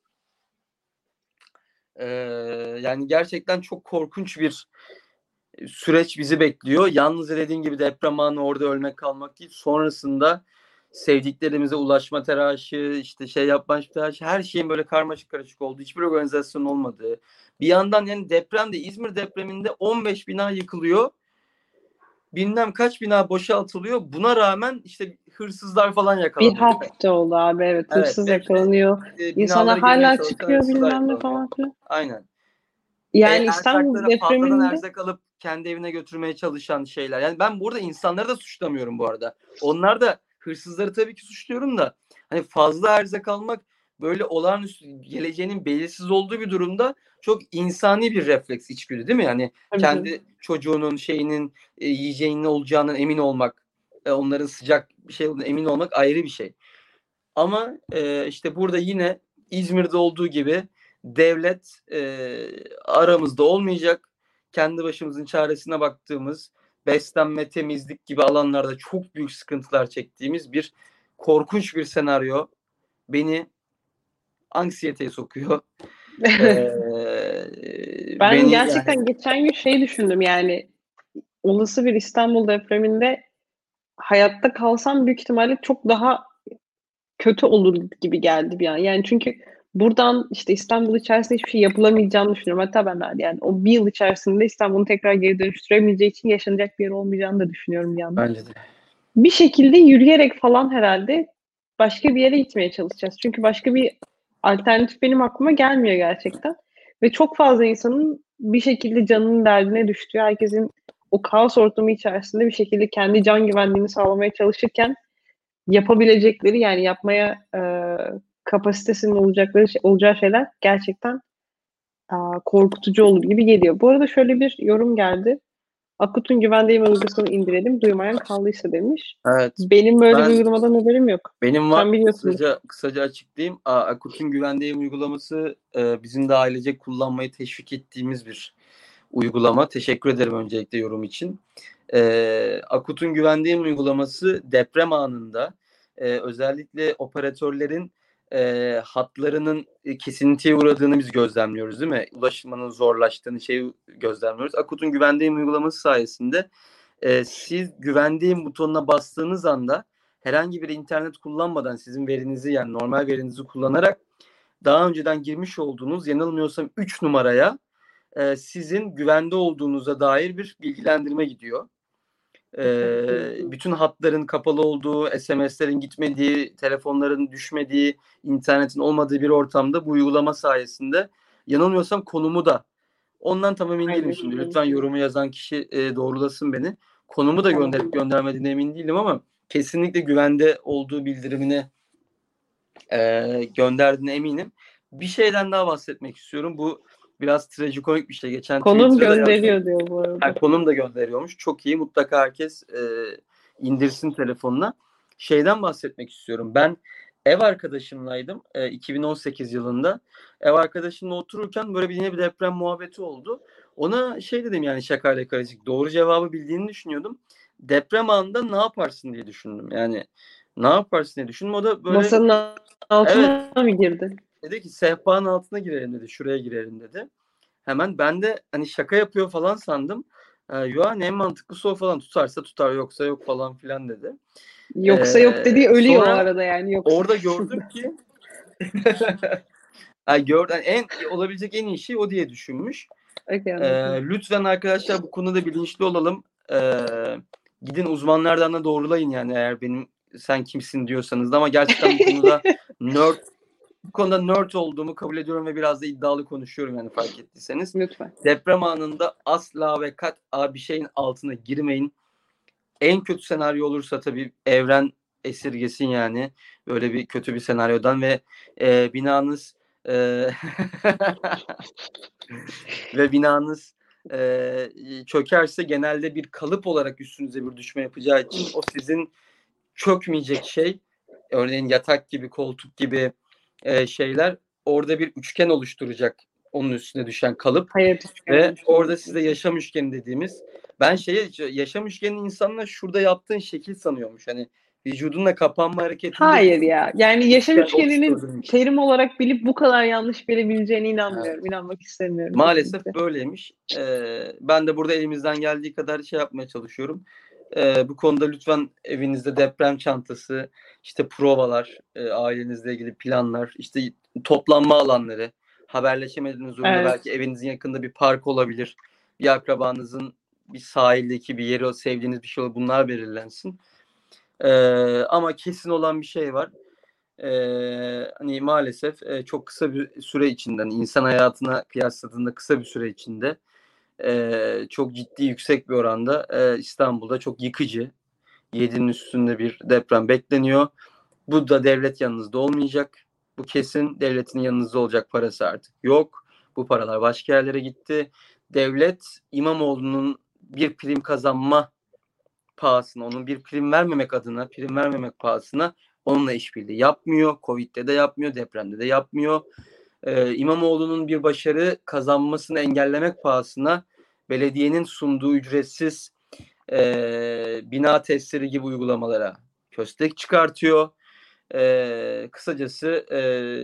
Ee, yani gerçekten çok korkunç bir süreç bizi bekliyor. Yalnız dediğin gibi deprem anı orada ölmek kalmak değil. Sonrasında sevdiklerimize ulaşma telaşı, işte şey yapma telaşı, her şeyin böyle karmaşık karışık olduğu, hiçbir organizasyon olmadığı. Bir yandan yani depremde, İzmir depreminde on beş bina yıkılıyor. Bilmem kaç bina boşaltılıyor. Buna rağmen işte hırsızlar falan Bir yakalanıyor değil mi? hafta oldu abi, evet, Evet hırsız ve işte yakalanıyor. e, İnsanlar binalara girmeye hala çalışan çıkıyor hırsızlar bilmem ne yakalanıyor. falan filan. Aynen. E, Yani İstanbul erzaklara fazladan depreminde erzak alıp kendi evine götürmeye çalışan şeyler. Yani ben burada insanları da suçlamıyorum bu arada. Onlar da, hırsızları tabii ki suçluyorum da, hani fazla erzak almak böyle olağanüstü geleceğinin belirsiz olduğu bir durumda çok insani bir refleks, içgüdü değil mi? Yani tabii canım. kendi çocuğunun şeyinin e, yiyeceğinin olacağından emin olmak, e, onların sıcak bir şey olduğuna emin olmak ayrı bir şey. Ama e, işte burada yine İzmir'de olduğu gibi devlet e, aramızda olmayacak. Kendi başımızın çaresine baktığımız, beslenme, temizlik gibi alanlarda çok büyük sıkıntılar çektiğimiz bir korkunç bir senaryo beni anksiyeteye sokuyor. Ee, Ben beni yani gerçekten geçen gün şey düşündüm, yani olası bir İstanbul depreminde hayatta kalsam büyük ihtimalle çok daha kötü olur gibi geldi bir an. Yani çünkü buradan işte İstanbul içerisinde hiçbir şey yapılamayacağını düşünüyorum. Hatta ben de yani o bir yıl içerisinde İstanbul'u tekrar geri dönüştüremeyeceği için yaşanacak bir yer olmayacağını da düşünüyorum bir yandan. bence de. Bir şekilde yürüyerek falan herhalde başka bir yere gitmeye çalışacağız. Çünkü başka bir alternatif benim aklıma gelmiyor gerçekten. Ve çok fazla insanın bir şekilde canının derdine düştüğü, herkesin o kaos ortamı içerisinde bir şekilde kendi can güvenliğini sağlamaya çalışırken yapabilecekleri, yani yapmaya e, kapasitesinin olacakları şey- olacağı şeyler gerçekten e, korkutucu olur gibi geliyor. Bu arada şöyle bir yorum geldi. Akut'un güvenliği uygulamasını indirelim, duymayan kaldıysa demiş. Evet. Benim böyle bir Ben uygulamadan haberim yok. Benim var, Sen biliyorsundur. kısaca kısaca açıklayayım. A- Akut'un güvenliği uygulaması e, bizim de ailecek kullanmayı teşvik ettiğimiz bir uygulama. Teşekkür ederim öncelikle yorum için. E, Akut'un güvenliği uygulaması deprem anında e, özellikle operatörlerin e, hatlarının e, kesintiye uğradığını biz gözlemliyoruz değil mi? Ulaşmanın zorlaştığını şeyi gözlemliyoruz. Akut'un güvenliği uygulaması sayesinde e, siz güvendiğim butonuna bastığınız anda herhangi bir internet kullanmadan sizin verinizi, yani normal verinizi kullanarak daha önceden girmiş olduğunuz, yanılmıyorsam üç numaraya e, sizin güvende olduğunuza dair bir bilgilendirme gidiyor. E, bütün hatların kapalı olduğu, S M S'lerin gitmediği, telefonların düşmediği, internetin olmadığı bir ortamda bu uygulama sayesinde, yanılmıyorsam konumu da, ondan tam emin değilim şimdi. Paylaşıyorum. Lütfen yorumu yazan kişi e, doğrulasın beni. Konumu da Tamam. gönderip göndermediğine emin değilim ama kesinlikle güvende olduğu bildirimini e, gönderdiğine eminim. Bir şeyden daha bahsetmek istiyorum. Bu biraz trajikomik bir şey. Geçen Konum Twitter'da yazdım. gönderiyor diyor bu Ha, arada. konum da gönderiyormuş. Çok iyi. Mutlaka herkes e, indirsin telefonuna. Şeyden bahsetmek istiyorum. Ben ev arkadaşımlaydım e, iki bin on sekiz yılında. Ev arkadaşımla otururken böyle bir yine bir deprem muhabbeti oldu. Ona şey dedim, yani şakayla karışık. Doğru cevabı bildiğini düşünüyordum. Deprem anında ne yaparsın diye düşündüm. Yani ne yaparsın diye düşündüm. O da böyle, Masanın evet, altına mı girdi? dedi ki sehpanın altına girelim dedi. Şuraya girelim dedi. Hemen ben de hani şaka yapıyor falan sandım. Ee, yani en mantıklısı o falan, tutarsa tutar yoksa yok falan filan dedi. Yoksa yok Ee, dediği ölüyor o sonra arada, yani yoksa. orada gördüm ki yani gördüm, yani en olabilecek en iyi şey o diye düşünmüş. Okay, Ee, anladım. lütfen arkadaşlar bu konuda bilinçli olalım. Ee, gidin uzmanlardan da doğrulayın, yani eğer benim sen kimsin diyorsanız da, ama gerçekten bu konuda nerd bu konuda nerd olduğumu kabul ediyorum ve biraz da iddialı konuşuyorum, yani fark ettiyseniz. Lütfen. Deprem anında asla ve kat'a bir şeyin altına girmeyin. En kötü senaryo olursa tabii evren esirgesin, yani böyle bir kötü bir senaryodan ve e, binanız e, ve binanız e, çökerse genelde bir kalıp olarak üstünüze bir düşme yapacağı için o sizin çökmeyecek şey, örneğin yatak gibi, koltuk gibi e, şeyler orada bir üçgen oluşturacak, onun üstüne düşen kalıp. Hayat üçgeni Ve orada size oluşturması. yaşam üçgeni dediğimiz, ben şeye, yaşam üçgenini insanlar şurada yaptığın şekil sanıyormuş. Hani Vücudunla kapanma hareketinde Hayır ya. Yani yaşam yani üçgeninin oksijen- terim olarak bilip bu kadar yanlış bilebileceğine inanmıyorum. Evet. İnanmak istemiyorum Maalesef kesinlikle. böyleymiş. Ee, ben de burada elimizden geldiği kadar şey yapmaya çalışıyorum. Ee, bu konuda lütfen evinizde deprem çantası, işte provalar, e, ailenizle ilgili planlar, işte toplanma alanları, haberleşemediğiniz durumda Evet. belki evinizin yakında bir park olabilir. Bir akrabanızın bir sahildeki bir yeri, o sevdiğiniz bir şey olur. Bunlar belirlensin. Ee, ama kesin olan bir şey var. Ee, hani maalesef e, çok kısa bir süre içinde, hani insan hayatına kıyasladığında kısa bir süre içinde e, çok ciddi, yüksek bir oranda e, İstanbul'da çok yıkıcı, yedinin üstünde bir deprem bekleniyor. Bu da devlet yanınızda olmayacak. Bu kesin, devletin yanınızda olacak parası artık yok. Bu paralar başka yerlere gitti. Devlet İmamoğlu'nun bir prim kazanma pahasına, onun bir prim vermemek adına, prim vermemek pahasına onunla işbirliği yapmıyor. Covid'de de yapmıyor, depremde de yapmıyor. Ee, İmamoğlu'nun bir başarı kazanmasını engellemek pahasına belediyenin sunduğu ücretsiz e, bina testleri gibi uygulamalara köstek çıkartıyor. E, kısacası e,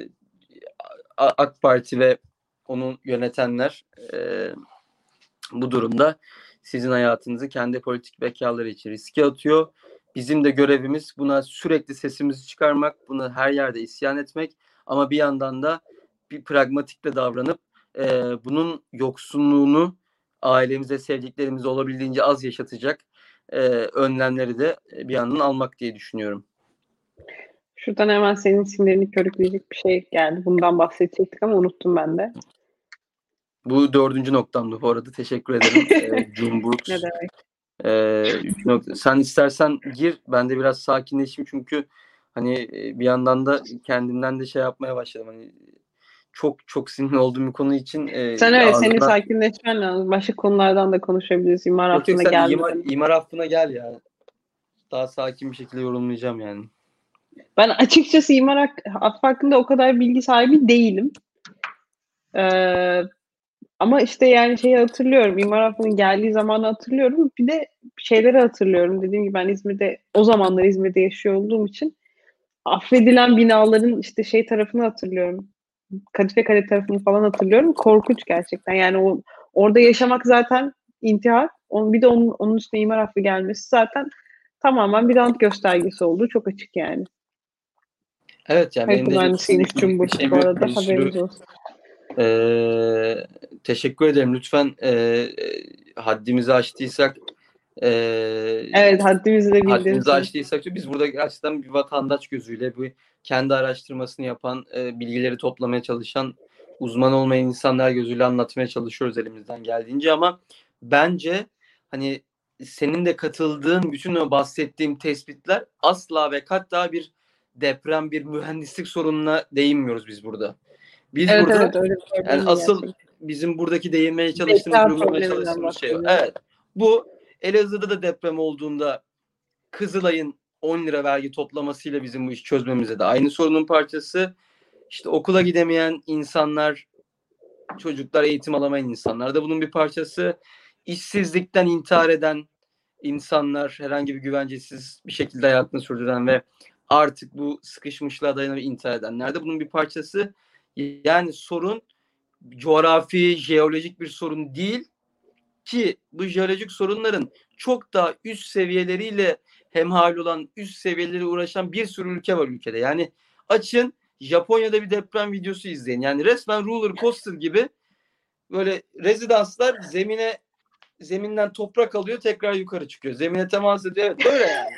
AK Parti ve onun yönetenler e, bu durumda sizin hayatınızı kendi politik bekaları için riske atıyor. Bizim de görevimiz buna sürekli sesimizi çıkarmak, buna her yerde isyan etmek ama bir yandan da bir pragmatikle davranıp e, bunun yoksunluğunu ailemize, sevdiklerimize olabildiğince az yaşatacak e, önlemleri de bir yandan almak diye düşünüyorum. Şuradan hemen senin sinirlerini körükleyecek bir şey geldi. Bundan bahsedecektik ama unuttum ben de. Bu dördüncü noktamdı bu arada. Teşekkür ederim. e, Cumhurbaşkanı. Ne demek? Ee, üç nokta. Sen istersen gir. Ben de biraz sakinleşeyim çünkü hani bir yandan da kendimden de şey yapmaya başladım. Hani çok çok sinirli olduğum bir konu için Sen e, evet, senin ağzından... sakinleşmen lazım. Başka konulardan da konuşabiliriz. İmar Yok yok, hattına sen imar, gelmeden. imar affına gel ya. Daha sakin bir şekilde yorumlayacağım yani. Ben açıkçası imar affı hakkında o kadar bilgi sahibi değilim. Ee, Ama işte yani şeyi hatırlıyorum. İmar Affı'nın geldiği zamanı hatırlıyorum. Bir de şeyleri hatırlıyorum. Dediğim gibi ben İzmir'de, o zamanlar İzmir'de yaşıyor olduğum için affedilen binaların işte şey tarafını hatırlıyorum. Kadife Kale tarafını falan hatırlıyorum. Korkunç gerçekten. Yani o orada yaşamak zaten intihar. Onun, bir de onun, onun üstüne imar affı gelmesi zaten tamamen bir rant göstergesi olduğu çok açık yani. Evet yani benim Harita de mühendisiymiş kesinlikle bir Cumhur şeyim bu yok. arada, Bir sürü haberiniz olsun. e, teşekkür ederim. Lütfen e, haddimizi aştıysak e, Evet, haddimizi de haddimizi bildirsiniz. aştıysak biz burada gerçekten bir vatandaş gözüyle bu kendi araştırmasını yapan, e, bilgileri toplamaya çalışan, uzman olmayan insanlar gözüyle anlatmaya çalışıyoruz elimizden geldiğince ama bence hani senin de katıldığın bütün o bahsettiğim tespitler asla ve hatta bir deprem, bir mühendislik sorununa değinmiyoruz biz burada. Biz Evet burada evet, öyle bir yani problem değil asıl gerçekten. bizim buradaki değinmeye çalıştığımız, Beka vurgulamaya probleminden çalıştığımız şey o. bahsediyorum. Evet. Bu Elazığ'da da deprem olduğunda Kızılay'ın on lira vergi toplamasıyla bizim bu işi çözmemize de aynı sorunun parçası. İşte okula gidemeyen insanlar, çocuklar, eğitim alamayan insanlar da bunun bir parçası. İşsizlikten intihar eden insanlar, herhangi bir güvencesiz bir şekilde hayatını sürdüren ve artık bu sıkışmışlığa dayanamayıp intihar edenler de bunun bir parçası. Yani sorun coğrafi, jeolojik bir sorun değil ki bu jeolojik sorunların çok daha üst seviyeleriyle hemhal olan, üst seviyeleri uğraşan bir sürü ülke var ülkede. Yani açın Japonya'da bir deprem videosu izleyin. Yani resmen roller coaster gibi böyle rezidanslar zemine zeminden toprak alıyor, tekrar yukarı çıkıyor. Zemine temas ediyor. Evet, böyle yani.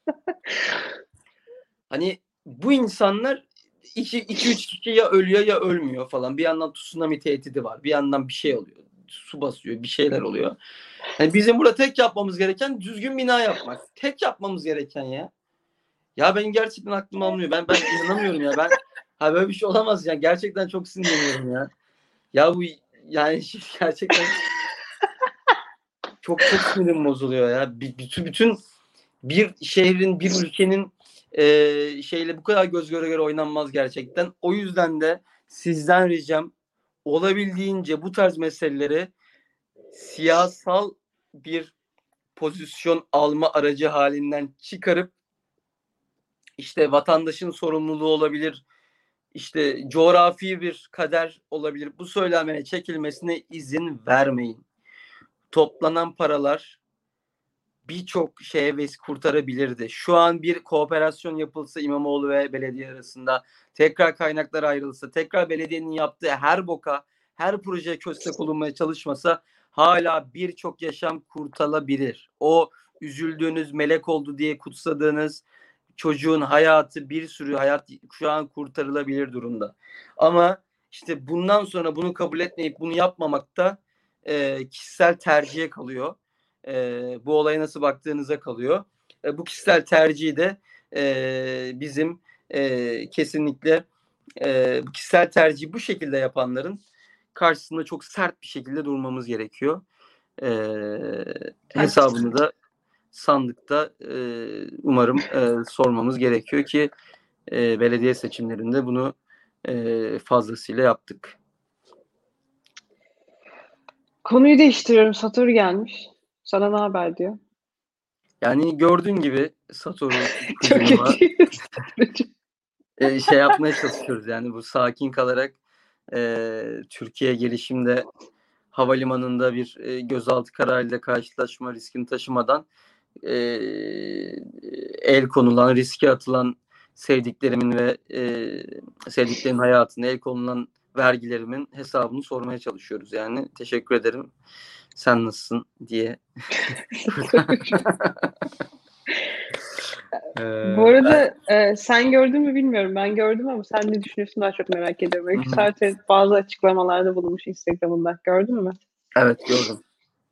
Hani bu insanlar iki iki üç kişi ya ölüyor ya ölmüyor falan. Bir yandan tsunami tehdidi var. Bir yandan bir şey oluyor. Su basıyor, bir şeyler oluyor. Yani bizim burada tek yapmamız gereken düzgün bina yapmak. Tek yapmamız gereken ya. Ya ben gerçekten aklım almıyor. Ben ben inanamıyorum ya. Ben ha böyle bir şey olamaz ya. Gerçekten çok sinirleniyorum ya. Ya bu yani gerçekten çok çok sinirim bozuluyor ya. Bütün bütün bir şehrin, bir ülkenin e, şeyle bu kadar göz göre göre oynanmaz gerçekten. O yüzden de sizden ricam olabildiğince bu tarz meseleleri siyasal bir pozisyon alma aracı halinden çıkarıp işte vatandaşın sorumluluğu olabilir, işte coğrafi bir kader olabilir. Bu söylemeye çekilmesine izin vermeyin. Toplanan paralar birçok şeye ves kurtarabilirdi. Şu an bir kooperasyon yapılsa İmamoğlu ve belediye arasında, tekrar kaynaklar ayrılsa, tekrar belediyenin yaptığı her boka, her projeye köstek olunmaya çalışmasa hala birçok yaşam kurtarılabilir. O üzüldüğünüz, melek oldu diye kutsadığınız çocuğun hayatı, bir sürü hayat şu an kurtarılabilir durumda. Ama işte bundan sonra bunu kabul etmeyip bunu yapmamak da e, kişisel tercihe kalıyor. E, bu olaya nasıl baktığınıza kalıyor. E, bu kişisel tercihi de e, bizim e, kesinlikle e, bu kişisel tercihi bu şekilde yapanların karşısında çok sert bir şekilde durmamız gerekiyor. E, hesabını da sandıkta e, umarım e, sormamız gerekiyor ki e, belediye seçimlerinde bunu e, fazlasıyla yaptık. Konuyu değiştiriyorum. Satoru gelmiş. Sana ne haber diyor. Yani gördüğün gibi Satoru Çok kuzenime kötü. e, şey yapmaya çalışıyoruz. Yani bu sakin kalarak e, Türkiye gelişimde havalimanında bir e, gözaltı kararıyla karşılaşma riskini taşımadan e, el konulan, riske atılan sevdiklerimin ve e, sevdiklerimin hayatına el konulan vergilerimin hesabını sormaya çalışıyoruz. Yani teşekkür ederim. Sen nasılsın diye. Bu arada e, sen gördün mü bilmiyorum. Ben gördüm ama sen ne düşünüyorsun daha çok merak ediyorum. Öykü Saatte bazı açıklamalarda bulunmuş Instagram'ında. Gördün mü? Evet gördüm.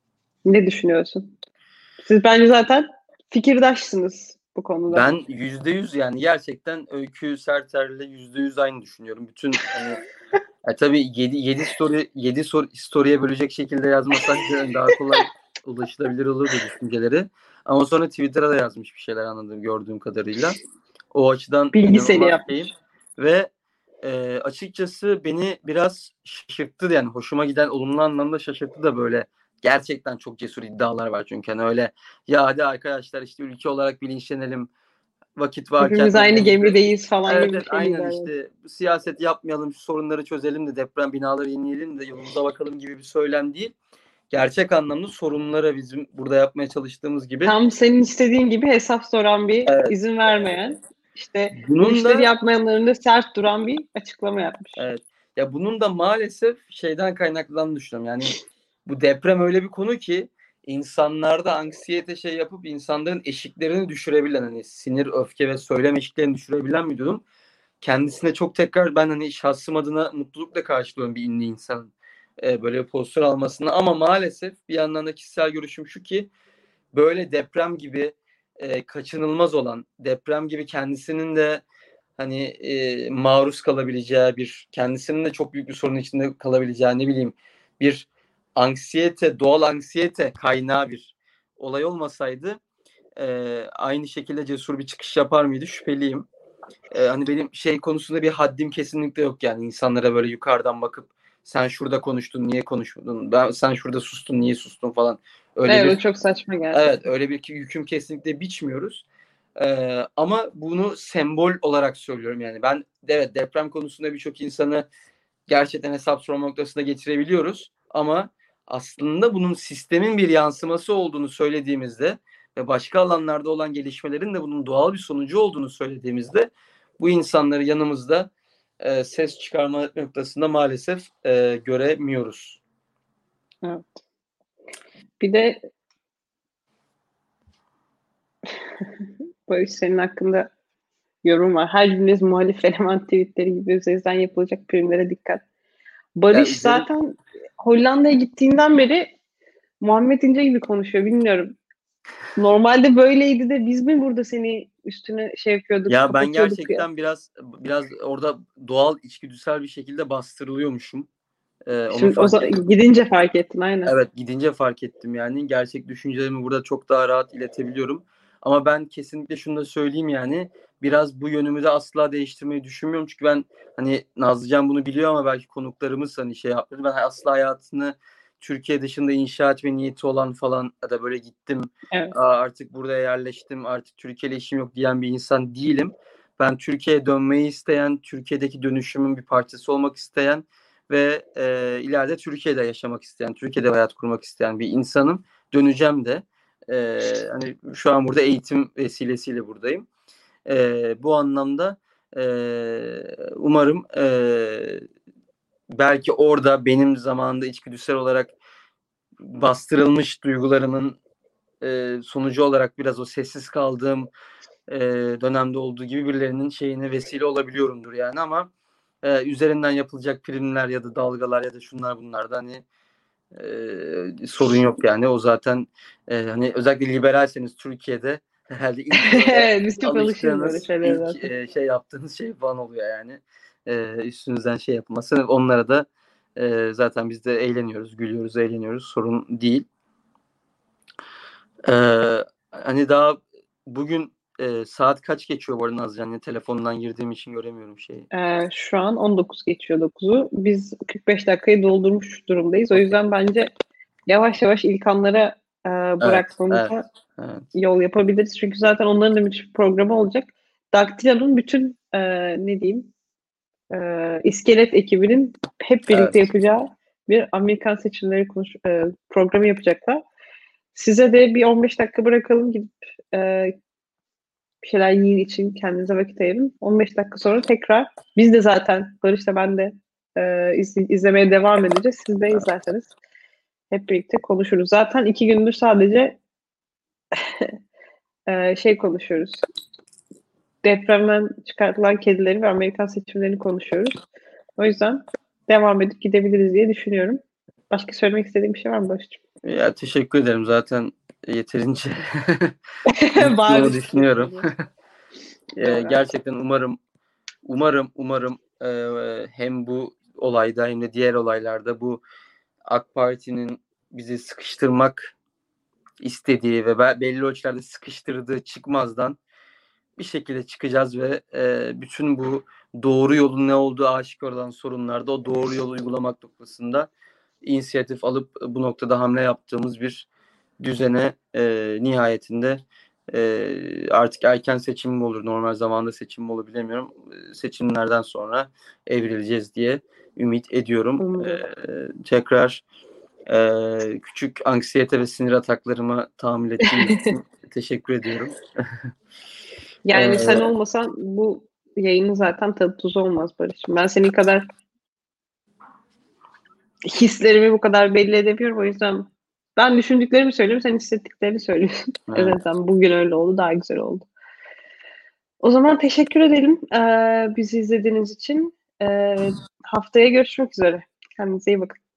Ne düşünüyorsun? Siz bence zaten fikirdaşsınız bu konuda. Ben yüzde yüz yani gerçekten Öykü Serter'le yüzde yüz aynı düşünüyorum. Bütün hani e, tabii yedi yedi story yedi story'e bölecek şekilde yazmasak daha kolay ulaşılabilir olurdu düşünceleri. Ama sonra Twitter'a da yazmış bir şeyler anladığım gördüğüm kadarıyla. O açıdan Bilgiseli inanılmaz yapmış. şeyim. Ve e, açıkçası beni biraz şaşırttı yani hoşuma giden olumlu anlamda şaşırttı da böyle gerçekten çok cesur iddialar var çünkü hani öyle ya hadi arkadaşlar işte ülke olarak bilinçlenelim vakit varken Hepimiz aynı elimizde gemideyiz falan evet, gibi evet bir şey aynen lider. işte siyaset yapmayalım şu sorunları çözelim de deprem binaları yenileyelim de yolumuza bakalım gibi bir söylem değil. Gerçek anlamda sorunlara bizim burada yapmaya çalıştığımız gibi. Tam senin istediğin gibi hesap soran bir, Evet. izin vermeyen, işte bu Bunun işleri da yapmayanların da sert duran bir açıklama yapmış. evet. Ya bunun da maalesef şeyden kaynaklandığını düşünüyorum. Yani bu deprem öyle bir konu ki insanlarda anksiyete şey yapıp insanların eşiklerini düşürebilen hani sinir, öfke ve söylem eşiklerini düşürebilen bir durum. Kendisine çok tekrar ben hani şahsım adına mutlulukla karşılıyorum bir ünlü insan e, böyle bir pozisyon almasını ama maalesef bir yandan da kişisel görüşüm şu ki böyle deprem gibi e, kaçınılmaz olan deprem gibi kendisinin de hani e, maruz kalabileceği bir kendisinin de çok büyük bir sorun içinde kalabileceği ne bileyim bir anksiyete doğal anksiyete kaynağı bir olay olmasaydı e, aynı şekilde cesur bir çıkış yapar mıydı şüpheliyim. E, hani benim şey konusunda bir haddim kesinlikle yok yani insanlara böyle yukarıdan bakıp sen şurada konuştun niye konuşmadın ben sen şurada sustun niye sustun falan öyle Evet, o bir çok saçma evet gerçekten. öyle bir yüküm kesinlikle biçmiyoruz. Ee, ama bunu sembol olarak söylüyorum yani ben evet deprem konusunda birçok insanı gerçekten hesap sorma noktasına getirebiliyoruz ama aslında bunun sistemin bir yansıması olduğunu söylediğimizde ve başka alanlarda olan gelişmelerin de bunun doğal bir sonucu olduğunu söylediğimizde bu insanları yanımızda e, ses çıkarma noktasında maalesef e, göremiyoruz. Evet. Bir de Barış senin hakkında yorum var. Her cümleniz muhalif eleman tweetleri gibi üzerinden yapılacak primlere dikkat. Ya Barış üzerim zaten Hollanda'ya gittiğinden beri Muhammed İnce gibi konuşuyor. Bilmiyorum. Normalde böyleydi de biz mi burada seni üstüne şey yapıyorduk, Ya ben kapatıyorduk ya? gerçekten biraz biraz orada doğal içgüdüsel bir şekilde bastırılıyormuşum. Ee, onu Şimdi o fark zaman ettim. gidince fark ettin aynen. Evet gidince fark ettim yani. Gerçek düşüncelerimi burada çok daha rahat iletebiliyorum. Ama ben kesinlikle şunu da söyleyeyim yani. Biraz bu yönümü de asla değiştirmeyi düşünmüyorum. Çünkü ben hani Nazlıcan bunu biliyor ama belki konuklarımız hani şey yapmadı. Ben asla hayatını Türkiye dışında inşa etme niyeti olan falan ya da böyle gittim Evet. artık burada yerleştim artık Türkiye ile işim yok diyen bir insan değilim. Ben Türkiye'ye dönmeyi isteyen, Türkiye'deki dönüşümün bir parçası olmak isteyen ve e, ileride Türkiye'de yaşamak isteyen, Türkiye'de hayat kurmak isteyen bir insanım. Döneceğim de. E, hani şu an burada eğitim vesilesiyle buradayım. E, bu anlamda e, umarım e, belki orada benim zamanında içgüdüsel olarak bastırılmış duygularımın e, sonucu olarak biraz o sessiz kaldığım e, dönemde olduğu gibi birilerinin şeyine vesile olabiliyorumdur yani, ama e, üzerinden yapılacak filmler ya da dalgalar ya da şunlar bunlar da hani e, sorun yok yani. O zaten e, hani özellikle liberalseniz Türkiye'de herhalde ilk böyle Evet, biz çok alışığız böyle alıştığınız şeylere ilk zaten. e, şey yaptığınız şey falan oluyor yani. E, üstünüzden şey yapılması. Onlara da e, zaten biz de eğleniyoruz, gülüyoruz, eğleniyoruz. Sorun değil. E, Hani daha bugün e, saat kaç geçiyor bu arada Nazcan? Yani telefondan girdiğim için göremiyorum şeyi. Ee, şu an on dokuz geçiyor dokuzu. Biz kırk beş dakikayı doldurmuş durumdayız. O Okay. yüzden bence yavaş yavaş ilkanlara e, Evet, evet, bırakmamıza evet. yol yapabiliriz. Çünkü zaten onların da bir programı olacak. Daktilo'nun bütün e, ne diyeyim e, iskelet ekibinin hep birlikte Evet. yapacağı bir Amerikan seçimleri konuş, e, programı yapacaklar. Size de bir on beş dakika bırakalım, gidip e, bir şeyler yiyin için kendinize vakit ayırın. on beş dakika sonra tekrar biz de zaten Barış'la ben de e, iz, izlemeye devam edeceğiz. Siz de izlerseniz hep birlikte konuşuruz. Zaten iki gündür sadece e, şey konuşuyoruz. Depremden çıkartılan kedileri ve Amerikan seçimlerini konuşuyoruz. O yüzden devam edip gidebiliriz diye düşünüyorum. Başka söylemek istediğim bir şey var mı Barış'cığım? Ya teşekkür ederim. Zaten yeterince Bari konuştuğumu teşekkür düşünüyorum. ederim. E, gerçekten umarım umarım umarım e, hem bu olayda hem de diğer olaylarda bu AK Parti'nin bizi sıkıştırmak istediği ve belli ölçülerde sıkıştırdığı çıkmazdan bir şekilde çıkacağız ve e, bütün bu doğru yolun ne olduğu aşikar olan sorunlarda o doğru yolu uygulamak noktasında inisiyatif alıp bu noktada hamle yaptığımız bir düzene e, nihayetinde e, artık erken seçim mi olur, normal zamanda seçim mi olur bilemiyorum. E, seçimlerden sonra evrileceğiz diye ümit ediyorum. E, tekrar e, küçük anksiyete ve sinir ataklarıma tahammül ettiğiniz için teşekkür ediyorum. Yani e, sen olmasan bu yayının zaten tadı tuzu olmaz Barış'cığım. Ben senin kadar hislerimi bu kadar belli edemiyorum. O yüzden ben düşündüklerimi söylüyorum, sen hissettiklerini söylüyorsun. En evet. azından bugün öyle oldu, daha güzel oldu. O zaman teşekkür edelim ee, bizi izlediğiniz için. Ee, haftaya görüşmek üzere. Kendinize iyi bakın.